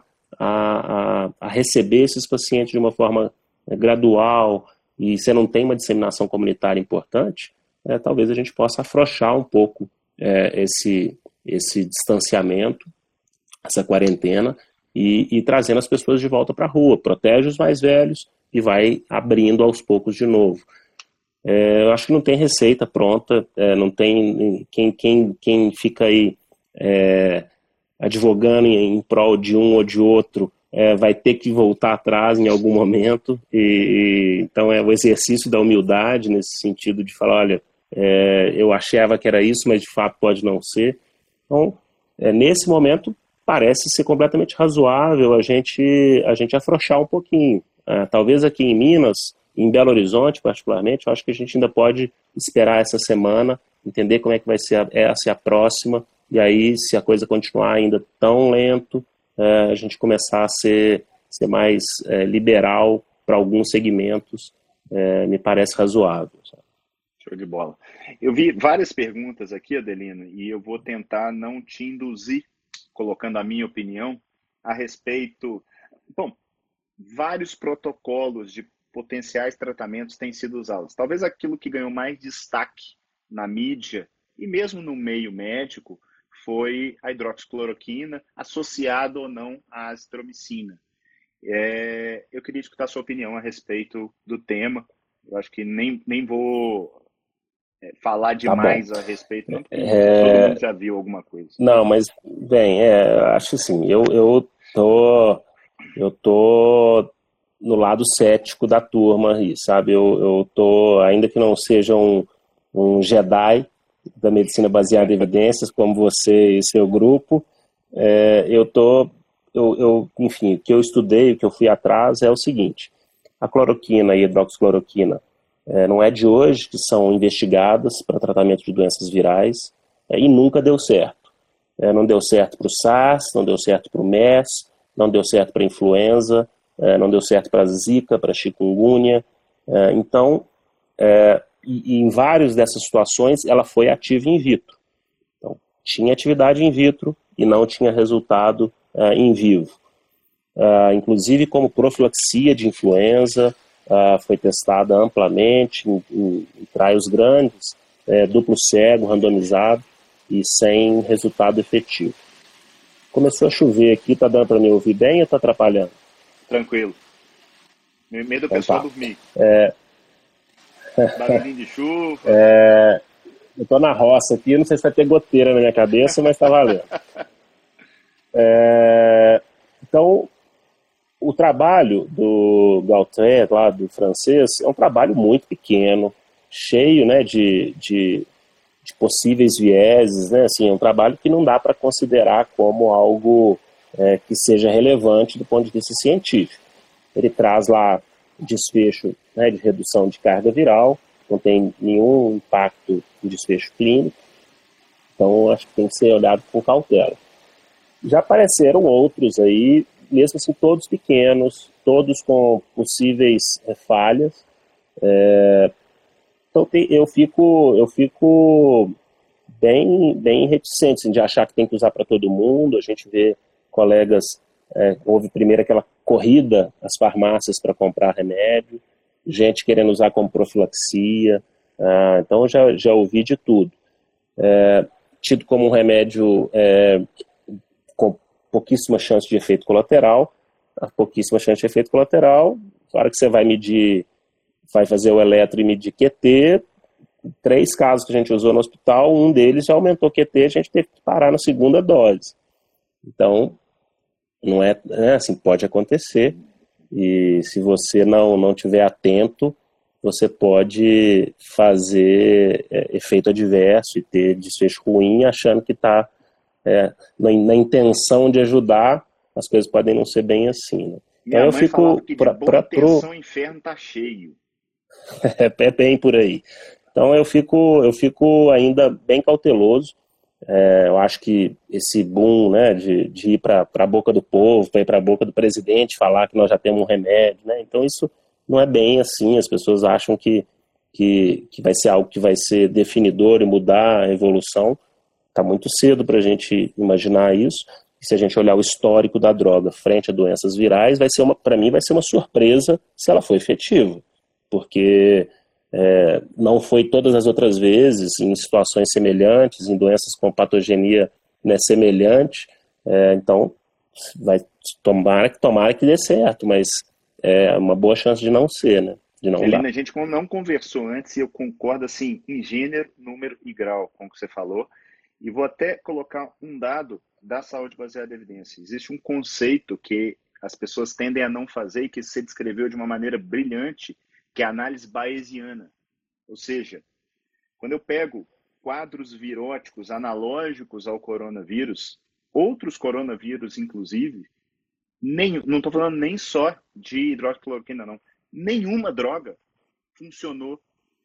A, a, a receber esses pacientes de uma forma é, gradual, e você não tem uma disseminação comunitária importante, é, talvez a gente possa afrouxar um pouco é, esse, esse distanciamento, essa quarentena, e, e trazendo as pessoas de volta para a rua. Protege os mais velhos e vai abrindo aos poucos de novo. É, eu acho que não tem receita pronta, é, não tem quem, quem, quem fica aí é, advogando em, em prol de um ou de outro, é, vai ter que voltar atrás em algum momento. E, e, então é o exercício da humildade nesse sentido de falar, olha, é, eu achava que era isso, mas de fato pode não ser. Então, é, nesse momento, parece ser completamente razoável a gente, a gente afrouxar um pouquinho. É, talvez aqui em Minas, em Belo Horizonte particularmente, eu acho que a gente ainda pode esperar essa semana, entender como é que vai ser a, essa a próxima. E aí, se a coisa continuar ainda tão lento, é, a gente começar a ser, ser mais é, liberal para alguns segmentos, é, me parece razoável. Sabe? Show de bola. Eu vi várias perguntas aqui, Adelino, e eu vou tentar não te induzir, colocando a minha opinião a respeito... Bom, vários protocolos de potenciais tratamentos têm sido usados. Talvez aquilo que ganhou mais destaque na mídia e mesmo no meio médico foi a hidroxicloroquina, associado ou não à azitromicina. É, eu queria escutar a sua opinião a respeito do tema. Eu acho que nem, nem vou é, falar demais tá a respeito, não, porque é... todo mundo já viu alguma coisa. Não, mas, bem, é, acho assim, eu, eu, tô, eu tô no lado cético da turma aí, sabe? Eu, eu tô, ainda que não seja um, um Jedi da medicina baseada em evidências, como você e seu grupo, é, eu tô, eu, eu, enfim, o que eu estudei, o que eu fui atrás é o seguinte: a cloroquina e a hidroxicloroquina é, não é de hoje que são investigadas para tratamento de doenças virais, é, e nunca deu certo. É, não deu certo para o SARS, não deu certo para o MERS, não deu certo para a influenza, é, não deu certo para a zika, para a chikungunya. É, então, é, e, e em várias dessas situações ela foi ativa in vitro. Então, tinha atividade in vitro e não tinha resultado uh, em vivo, uh, inclusive como profilaxia de influenza, uh, foi testada amplamente em, em, em trials grandes, é, duplo cego, randomizado e sem resultado efetivo. Começou a chover aqui, tá dando para me ouvir bem ou tá atrapalhando? Tranquilo. Meu medo é o Então, pessoal tá. dormir. É... Barulhinho de chuva. É... Eu tô na roça aqui, não sei se vai ter goteira na minha cabeça, mas tá valendo. É... Então, o trabalho do Gautret, lá do francês, é um trabalho muito pequeno, cheio, né, de, de, de possíveis vieses, né, assim, é um trabalho que não dá para considerar como algo é, que seja relevante do ponto de vista científico. Ele traz lá desfecho, né, de redução de carga viral, não tem nenhum impacto em desfecho clínico, então acho que tem que ser olhado com cautela. Já apareceram outros aí, mesmo assim todos pequenos, todos com possíveis é, falhas. É, então tem, eu fico, eu fico bem, bem reticente assim, de achar que tem que usar para todo mundo. A gente vê colegas, é, houve primeiro aquela corrida às farmácias para comprar remédio, gente querendo usar como profilaxia, ah, então eu já, já ouvi de tudo. É, tido como um remédio é, com pouquíssima chance de efeito colateral, pouquíssima chance de efeito colateral, na hora que você vai medir, vai fazer o eletro e medir Q T, três casos que a gente usou no hospital, um deles já aumentou Q T, a gente teve que parar na segunda dose. Então, não é, é assim, pode acontecer, e se você não, não tiver atento, você pode fazer é, efeito adverso e ter desfecho ruim achando que está é, na, na intenção de ajudar, as coisas podem não ser bem assim. Né? Então Minha eu mãe falava fico que de pra, boa pra, pro... intenção o inferno tá cheio. é, é bem por aí. Então eu fico, eu fico ainda bem cauteloso. É, eu acho que esse boom, né, de, de ir para a boca do povo, para ir para a boca do presidente, falar que nós já temos um remédio, né? Então isso não é bem assim. As pessoas acham que, que, que vai ser algo que vai ser definidor e mudar a evolução. Está muito cedo para a gente imaginar isso. E se a gente olhar o histórico da droga frente a doenças virais, vai ser uma, para mim vai ser uma surpresa se ela for efetiva, porque é, não foi todas as outras vezes em situações semelhantes, em doenças com patogenia, né, semelhante. É, então, vai tomara que tomara que dê certo, mas é uma boa chance de não ser, né? De não dar. Celina, a gente não conversou antes e eu concordo assim em gênero, número e grau com o que você falou. E vou até colocar um dado da saúde baseada em evidência. Existe um conceito que as pessoas tendem a não fazer e que você descreveu de uma maneira brilhante, que é a análise bayesiana. Ou seja, quando eu pego quadros viróticos analógicos ao coronavírus, outros coronavírus, inclusive, nem, não estou falando nem só de hidroxicloroquina, não. Nenhuma droga funcionou.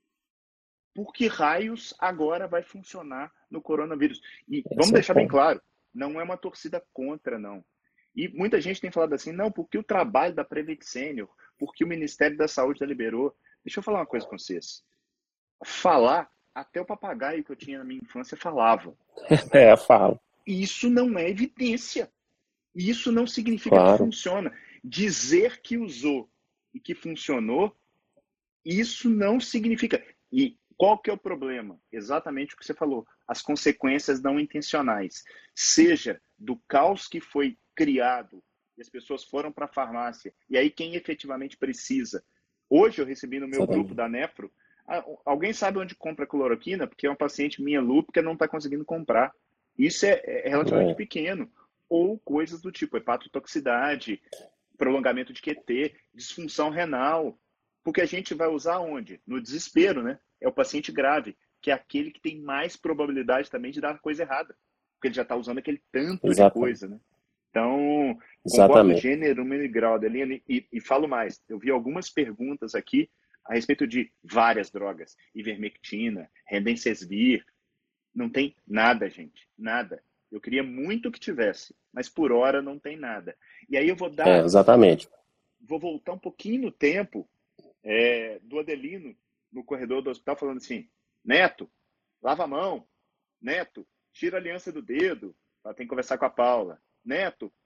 Por que raios agora vai funcionar no coronavírus? E vamos Esse é o deixar bem ponto. claro, não é uma torcida contra, não. E muita gente tem falado assim, não, porque o trabalho da Prevent Senior, porque o Ministério da Saúde já liberou. Deixa eu falar uma coisa com vocês. Falar, até o papagaio que eu tinha na minha infância falava. É, falo. Isso não é evidência. Isso não significa que Claro. funciona. Dizer que usou e que funcionou, isso não significa. E qual que é o problema? Exatamente o que você falou. As consequências não intencionais. Seja do caos que foi criado e as pessoas foram para a farmácia, e aí quem efetivamente precisa. Hoje eu recebi no meu grupo Exatamente. da Nefro, alguém sabe onde compra cloroquina? Porque é uma paciente minha lúpica não está conseguindo comprar. Isso é, é relativamente É, pequeno. Ou coisas do tipo hepatotoxicidade, prolongamento de Q T, disfunção renal. Porque a gente vai usar onde? No desespero, né? É o paciente grave, que é aquele que tem mais probabilidade também de dar coisa errada. Porque ele já está usando aquele tanto de exatamente. coisa, né? Então, concordo Exatamente. gênero, número e grau, Adelina, e, e falo mais. Eu vi algumas perguntas aqui a respeito de várias drogas. Ivermectina, Remdesivir. Não tem nada, gente. Nada. Eu queria muito que tivesse, mas por hora não tem nada. E aí eu vou É, dar, exatamente. vou voltar um pouquinho no tempo é, do Adelino no corredor do hospital falando assim, Neto, lava a mão. Neto, tira a aliança do dedo. Ela tem que conversar com a Paula. Neto,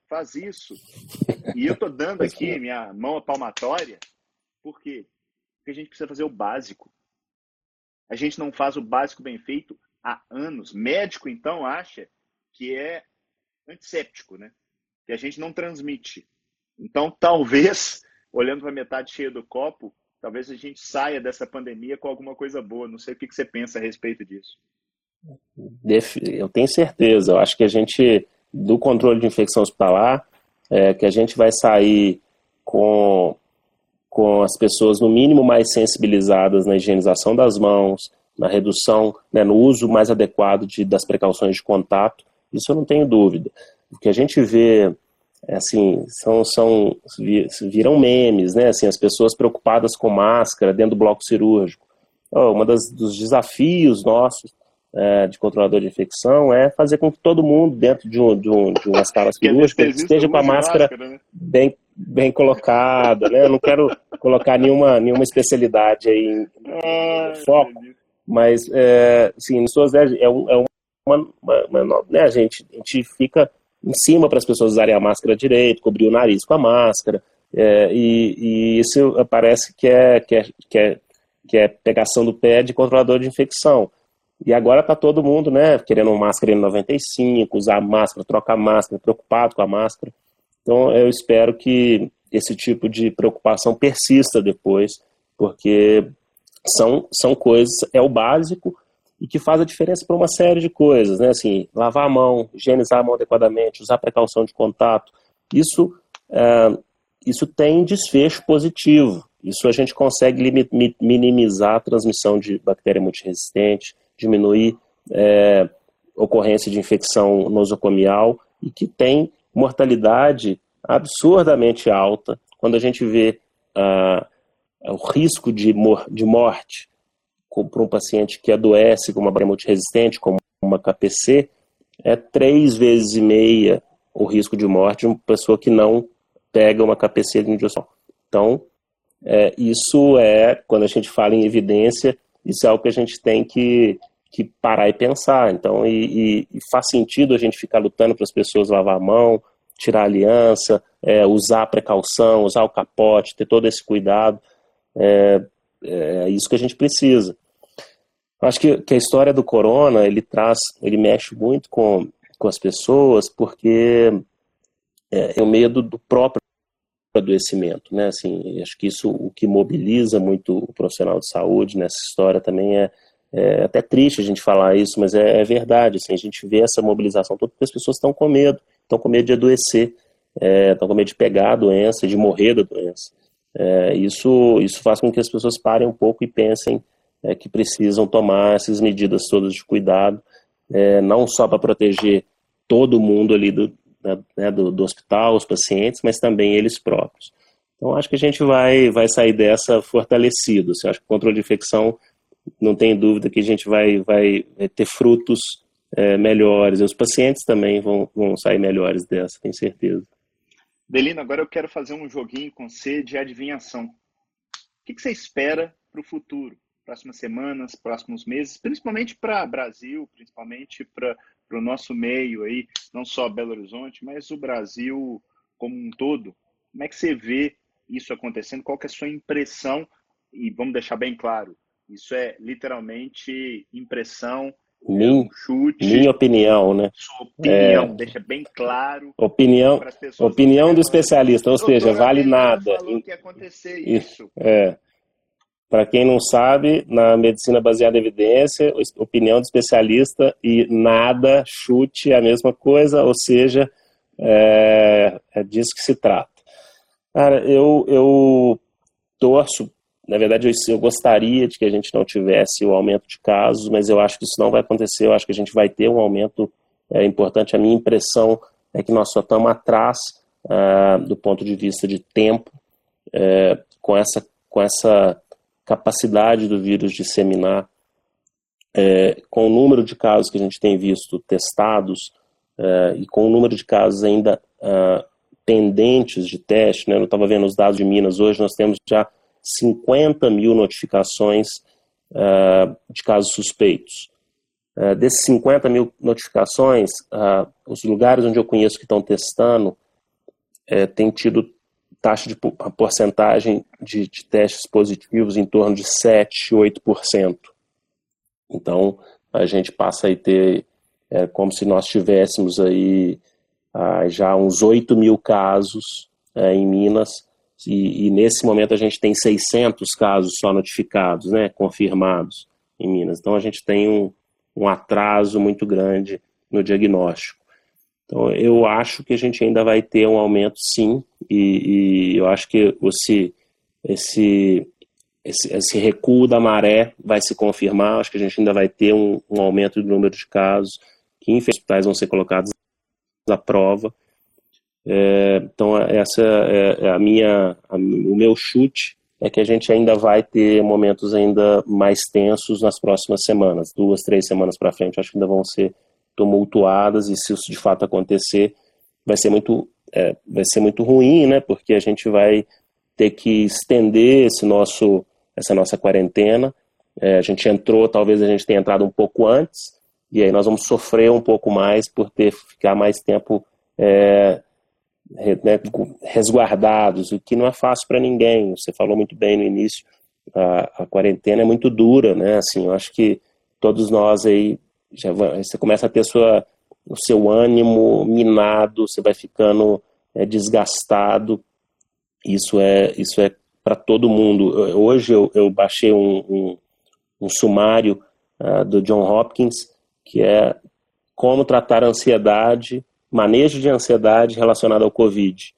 faz isso. E eu estou dando aqui minha mão palmatória, por quê? Porque a gente precisa fazer o básico. A gente não faz o básico bem feito há anos. Médico, então, acha que é antisséptico, né? Que a gente não transmite. Então, talvez, olhando para a metade cheia do copo, talvez a gente saia dessa pandemia com alguma coisa boa. Não sei o que você pensa a respeito disso. Eu tenho certeza. Eu acho que a gente, do controle de infecção hospitalar, é, que a gente vai sair com, com as pessoas, no mínimo, mais sensibilizadas na higienização das mãos, na redução, né, no uso mais adequado de, das precauções de contato. Isso eu não tenho dúvida. O que a gente vê, assim, são, são, viram memes, né? Assim, as pessoas preocupadas com máscara dentro do bloco cirúrgico. Oh, um dos desafios nossos é, de controlador de infecção é fazer com que todo mundo dentro de, um, de, um, de uma sala cirúrgica esteja com a máscara, máscara né? bem, bem colocada, né? Eu não quero colocar nenhuma, nenhuma especialidade aí em, em foco, mas, é, assim, é, um, é uma, uma, uma né, a gente, a gente fica em cima para as pessoas usarem a máscara direito, cobrir o nariz com a máscara, é, e, e isso parece que é, que, é, que, é, que é pegação do pé de controlador de infecção. E agora está todo mundo, né, querendo uma máscara N noventa e cinco, usar máscara, trocar máscara, preocupado com a máscara. Então eu espero que esse tipo de preocupação persista depois, porque são, são coisas, é o básico, e que faz a diferença para uma série de coisas, né? Assim, lavar a mão, higienizar a mão adequadamente, usar precaução de contato, isso, é, isso tem desfecho positivo. Isso a gente consegue lim- minimizar a transmissão de bactéria multiresistente, diminuir é, ocorrência de infecção nosocomial e que tem mortalidade absurdamente alta quando a gente vê ah, o risco de, mor- de morte para um paciente que adoece com uma bactéria multiresistente, como uma K P C, é três vezes e meia o risco de morte de uma pessoa que não pega uma K P C de indiossol. Então, é, isso é, quando a gente fala em evidência, isso é algo que a gente tem que, que parar e pensar. Então, e, e, e faz sentido a gente ficar lutando para as pessoas lavar a mão, tirar a aliança, é, usar a precaução, usar o capote, ter todo esse cuidado. É, é isso que a gente precisa. Acho que, que a história do corona, ele traz, ele mexe muito com, com as pessoas, porque é, é o medo do próprio adoecimento, né? Assim, acho que isso, o que mobiliza muito o profissional de saúde nessa história também é, é até triste a gente falar isso, mas é, é verdade, assim, a gente vê essa mobilização toda porque as pessoas estão com medo, estão com medo de adoecer, é, estão com medo de pegar a doença, de morrer da doença. É, isso, isso faz com que as pessoas parem um pouco e pensem é, que precisam tomar essas medidas todas de cuidado, é, não só para proteger todo mundo ali do, né, do, do hospital, os pacientes, mas também eles próprios. Então, acho que a gente vai, vai sair dessa fortalecido. Assim, acho que o controle de infecção, não tem dúvida que a gente vai, vai ter frutos é, melhores. E os pacientes também vão, vão sair melhores dessa, tenho certeza. Delino, agora eu quero fazer um joguinho com você de adivinhação. O que, que você espera para o futuro? Próximas semanas, próximos meses, principalmente para o Brasil, principalmente para o nosso meio aí, não só Belo Horizonte, mas o Brasil como um todo. Como é que você vê isso acontecendo? Qual que é a sua impressão? E vamos deixar bem claro, isso é literalmente impressão, Min, um chute. Minha opinião, né? Sua opinião, é, deixa bem claro. Opinião, para as pessoas opinião do especialista, ou seja, vale nada. Falou que ia acontecer isso. É. Para quem não sabe, na medicina baseada em evidência, opinião do especialista e nada, chute, é a mesma coisa, ou seja, é, é disso que se trata. Cara, eu, eu torço, na verdade eu, eu gostaria de que a gente não tivesse o aumento de casos, mas eu acho que isso não vai acontecer, eu acho que a gente vai ter um aumento é, importante. A minha impressão é que nós só estamos atrás ah, do ponto de vista de tempo, é, com essa, com essa capacidade do vírus disseminar, é, com o número de casos que a gente tem visto testados é, e com o número de casos ainda é, pendentes de teste, né? Eu estava vendo os dados de Minas hoje, nós temos já cinquenta mil notificações é, de casos suspeitos. É, desses cinquenta mil notificações, é, os lugares onde eu conheço que estão testando é, tem tido taxa de a porcentagem de, de testes positivos em torno de sete, oito por cento. Então, a gente passa a ter, é, como se nós tivéssemos aí ah, já uns oito mil casos é, em Minas, e, e nesse momento a gente tem seiscentos casos só notificados, né, confirmados em Minas. Então, a gente tem um, um atraso muito grande no diagnóstico. Então, eu acho que a gente ainda vai ter um aumento, sim, e, e eu acho que esse, esse, esse, esse recuo da maré vai se confirmar. Acho que a gente ainda vai ter um, um aumento do número de casos que, em hospitais, vão ser colocados à prova. É, então, essa é a minha, a, o meu chute é que a gente ainda vai ter momentos ainda mais tensos nas próximas semanas, duas, três semanas para frente. Acho que ainda vão ser tumultuadas, e se isso de fato acontecer, vai ser muito, é, vai ser muito ruim, né? Porque a gente vai ter que estender esse nosso, essa nossa quarentena. É, a gente entrou, talvez a gente tenha entrado um pouco antes, e aí nós vamos sofrer um pouco mais por ter ficar mais tempo é, né, resguardados, o que não é fácil para ninguém. Você falou muito bem no início, a, a quarentena é muito dura, né? Assim, eu acho que todos nós aí já vai, você começa a ter sua, o seu ânimo minado, você vai ficando é, desgastado. Isso é, isso é para todo mundo. Hoje eu, eu baixei um, um, um sumário uh, do John Hopkins, que é como tratar a ansiedade, manejo de ansiedade relacionado ao Covid.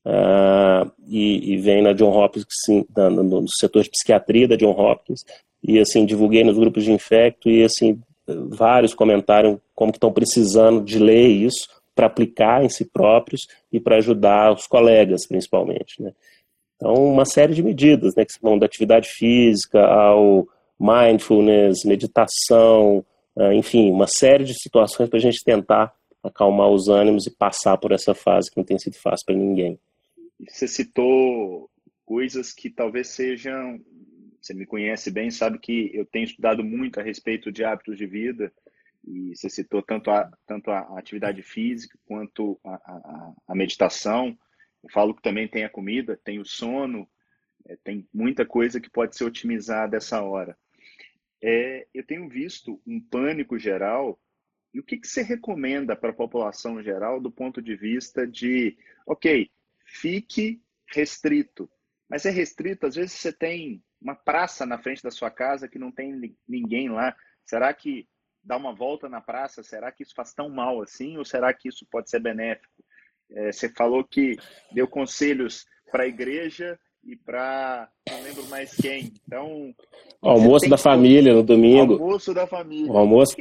Uh, e, e vem na John Hopkins, sim, no, no setor de psiquiatria da John Hopkins, e assim, divulguei nos grupos de infecto, e assim, vários comentaram como que estão precisando de ler isso para aplicar em si próprios e para ajudar os colegas, principalmente, né? Então, uma série de medidas, né, que vão da atividade física ao mindfulness, meditação, enfim, uma série de situações para a gente tentar acalmar os ânimos e passar por essa fase que não tem sido fácil para ninguém. Você citou coisas que talvez sejam... Você me conhece bem, sabe que eu tenho estudado muito a respeito de hábitos de vida, e você citou tanto a, tanto a atividade física quanto a, a, a meditação. Eu falo que também tem a comida, tem o sono, é, tem muita coisa que pode ser otimizada essa hora. É, eu tenho visto um pânico geral, e o que, que você recomenda para a população geral do ponto de vista de, ok, fique restrito, mas é restrito, às vezes você tem uma praça na frente da sua casa que não tem ninguém lá. Será que dar uma volta na praça, será que isso faz tão mal assim? Ou será que isso pode ser benéfico? É, você falou que deu conselhos para a igreja e para... não lembro mais quem. Então, almoço da família no domingo. Almoço da família. O almoço...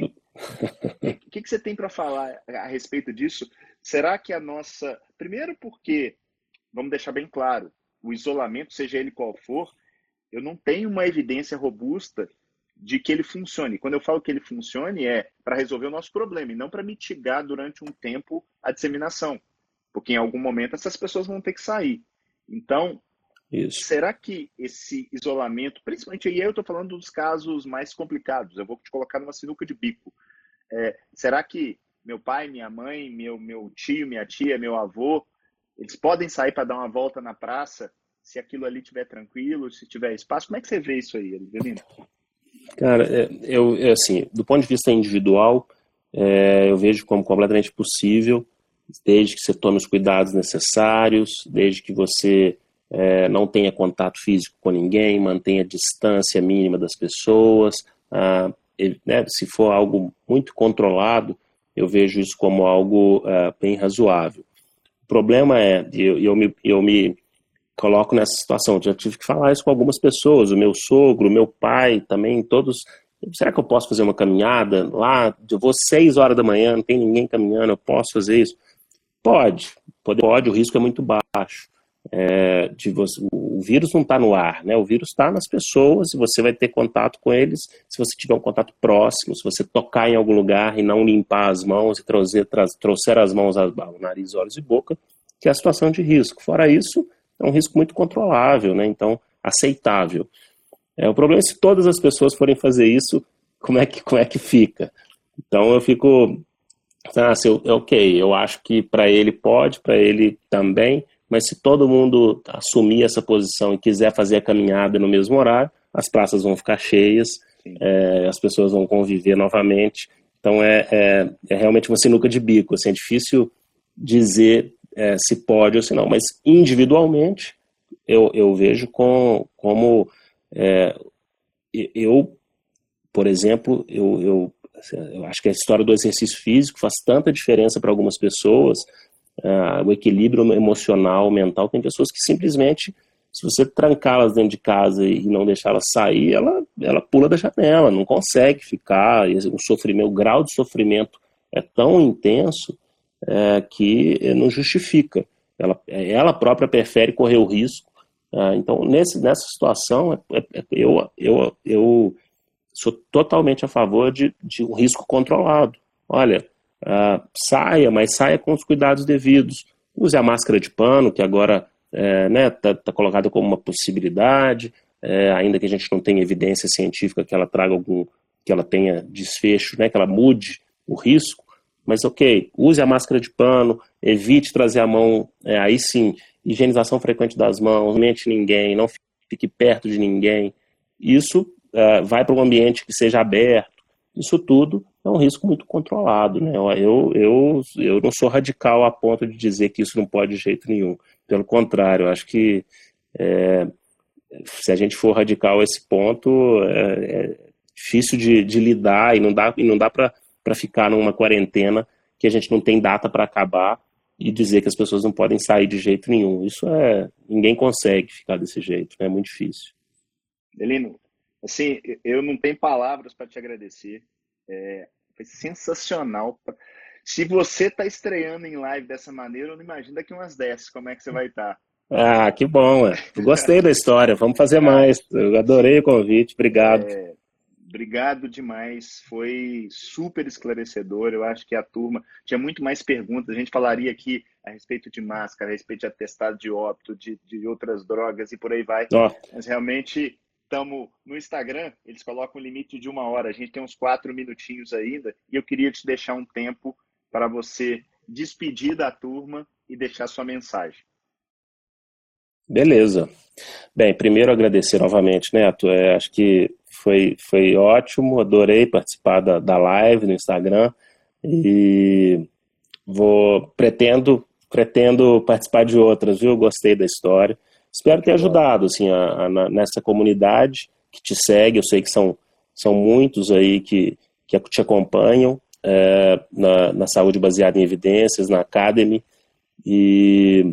O que, que você tem para falar a respeito disso? Será que a nossa... Primeiro porque, vamos deixar bem claro, o isolamento, seja ele qual for, eu não tenho uma evidência robusta de que ele funcione. Quando eu falo que ele funcione, é para resolver o nosso problema e não para mitigar durante um tempo a disseminação. Porque em algum momento essas pessoas vão ter que sair. Então, isso. Será que esse isolamento, principalmente aí eu estou falando dos casos mais complicados, eu vou te colocar numa sinuca de bico. É, será que meu pai, minha mãe, meu, meu tio, minha tia, meu avô, eles podem sair para dar uma volta na praça se aquilo ali estiver tranquilo, se tiver espaço? Como é que você vê isso aí, Avelino? Cara, eu, assim, do ponto de vista individual, é, eu vejo como completamente possível, desde que você tome os cuidados necessários, desde que você é, não tenha contato físico com ninguém, mantenha a distância mínima das pessoas. Ah, né, se for algo muito controlado, eu vejo isso como algo ah, bem razoável. O problema é, eu, eu me... Eu me coloco nessa situação, já tive que falar isso com algumas pessoas, o meu sogro, o meu pai também, todos, será que eu posso fazer uma caminhada lá, eu vou seis horas da manhã, não tem ninguém caminhando, eu posso fazer isso? Pode, pode, pode, o risco é muito baixo, é, de você, o vírus não está no ar, né? O vírus está nas pessoas e você vai ter contato com eles se você tiver um contato próximo, se você tocar em algum lugar e não limpar as mãos e trouxer, trouxer as mãos ao nariz, olhos e boca, que é a situação de risco. Fora isso, é um risco muito controlável, né? Então, aceitável. É, o problema é se todas as pessoas forem fazer isso, como é que, como é que fica? Então, eu fico... Ah, se eu, ok, eu acho que para ele pode, para ele também, mas se todo mundo assumir essa posição e quiser fazer a caminhada no mesmo horário, as praças vão ficar cheias, é, as pessoas vão conviver novamente. Então é, é, é realmente uma sinuca de bico, assim, é difícil dizer é, se pode ou se não, mas individualmente eu, eu vejo com, como é, eu, por exemplo, eu, eu, eu acho que a história do exercício físico faz tanta diferença para algumas pessoas, uh, o equilíbrio emocional, mental. Tem pessoas que simplesmente, se você trancá-las dentro de casa e não deixá-las sair, ela, ela pula da janela, não consegue ficar, o sofrimento, o grau de sofrimento é tão intenso é, que não justifica. Ela, ela própria prefere correr o risco. Uh, então, nesse, nessa situação, é, é, eu, eu, eu sou totalmente a favor de, de um risco controlado. Olha, uh, saia, mas saia com os cuidados devidos. Use a máscara de pano, que agora é, né, tá, tá colocada como uma possibilidade, é, ainda que a gente não tenha evidência científica que ela traga algum, que ela tenha desfecho, né, que ela mude o risco. Mas ok, use a máscara de pano, evite trazer a mão, é, aí sim, higienização frequente das mãos, não mente ninguém, não fique perto de ninguém. Isso uh, vai para um ambiente que seja aberto. Isso tudo é um risco muito controlado, né? Eu, eu, eu não sou radical a ponto de dizer que isso não pode de jeito nenhum. Pelo contrário, eu acho que é, se a gente for radical a esse ponto, é, é difícil de, de lidar e não dá, e não dá para ficar numa quarentena que a gente não tem data para acabar e dizer que as pessoas não podem sair de jeito nenhum. Isso é... Ninguém consegue ficar desse jeito, né? É muito difícil. Delino, assim, eu não tenho palavras para te agradecer. É, foi sensacional. Se você está estreando em live dessa maneira, eu não imagino daqui umas dez como é que você vai estar. Tá. Ah, que bom. É. Gostei da história. Vamos fazer mais. Eu adorei o convite. Obrigado. É... Obrigado demais, foi super esclarecedor. Eu acho que a turma tinha muito mais perguntas. A gente falaria aqui a respeito de máscara, a respeito de atestado de óbito, de, de outras drogas e por aí vai. Oh. Mas realmente estamos no Instagram, eles colocam um limite de uma hora. A gente tem uns quatro minutinhos ainda e eu queria te deixar um tempo para você despedir da turma e deixar sua mensagem. Beleza. Bem, primeiro agradecer novamente, Neto. É, acho que foi, foi ótimo, adorei participar da, da live no Instagram e vou, pretendo, pretendo participar de outras, viu? Gostei da história. Espero ter ajudado assim, a, a, nessa comunidade que te segue. Eu sei que são, são muitos aí que, que te acompanham é, na, na saúde baseada em evidências, na Academy, e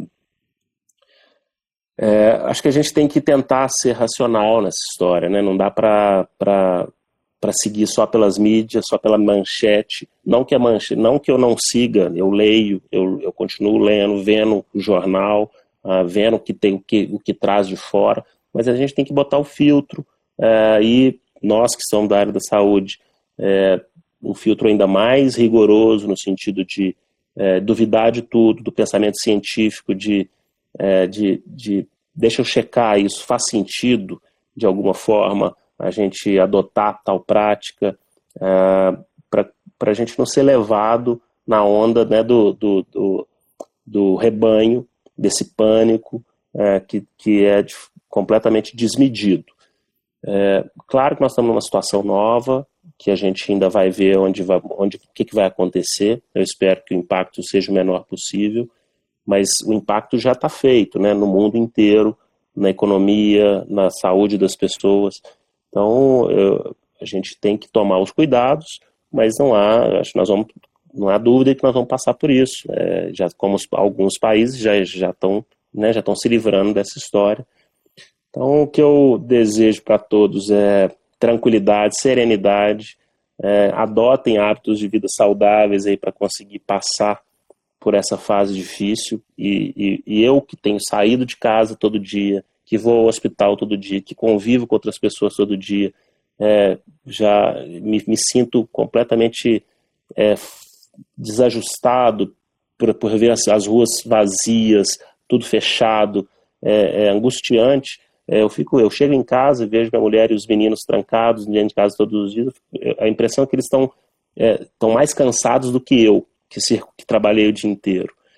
É, acho que a gente tem que tentar ser racional nessa história, né? Não dá para para seguir só pelas mídias, só pela manchete. Não que a manchete, não que eu não siga, eu leio, eu, eu continuo lendo, vendo o jornal, uh, vendo o que tem, o que, o que traz de fora, mas a gente tem que botar o filtro uh, e nós que somos da área da saúde, uh, um filtro ainda mais rigoroso no sentido de uh, duvidar de tudo, do pensamento científico, de É, de, de deixa eu checar isso, faz sentido de alguma forma a gente adotar tal prática, uh, para a gente não ser levado na onda, né, do, do, do, do rebanho, desse pânico uh, que, que é de, completamente desmedido. Uh, claro que nós estamos numa situação nova, que a gente ainda vai ver onde vai, onde, o que, que vai acontecer. Eu espero que o impacto seja o menor possível, mas o impacto já está feito, né, no mundo inteiro, na economia, na saúde das pessoas. Então, eu, a gente tem que tomar os cuidados, mas não há, acho que nós vamos, não há dúvida que nós vamos passar por isso. É, já, como os, alguns países já já estão, né, já estão se livrando dessa história. Então, o que eu desejo para todos é tranquilidade, serenidade, é, adotem hábitos de vida saudáveis aí para conseguir passar por essa fase difícil, e, e, e eu que tenho saído de casa todo dia, que vou ao hospital todo dia, que convivo com outras pessoas todo dia, é, já me, me sinto completamente é, desajustado por, por ver as, as ruas vazias, tudo fechado, é, é angustiante. É, eu, fico, eu chego em casa e vejo minha mulher e os meninos trancados dentro de casa todos os dias, a impressão é que eles estão é, estão mais cansados do que eu, que, que trabalhei o dia inteiro.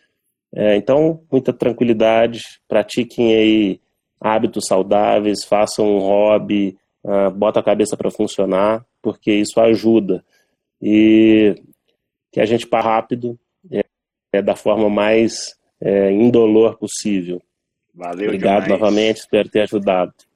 É, então, muita tranquilidade, pratiquem aí hábitos saudáveis, façam um hobby, uh, bota a cabeça para funcionar, porque isso ajuda. E que a gente pare rápido, é, é da forma mais é, indolor possível. Valeu Obrigado demais. novamente, espero ter ajudado.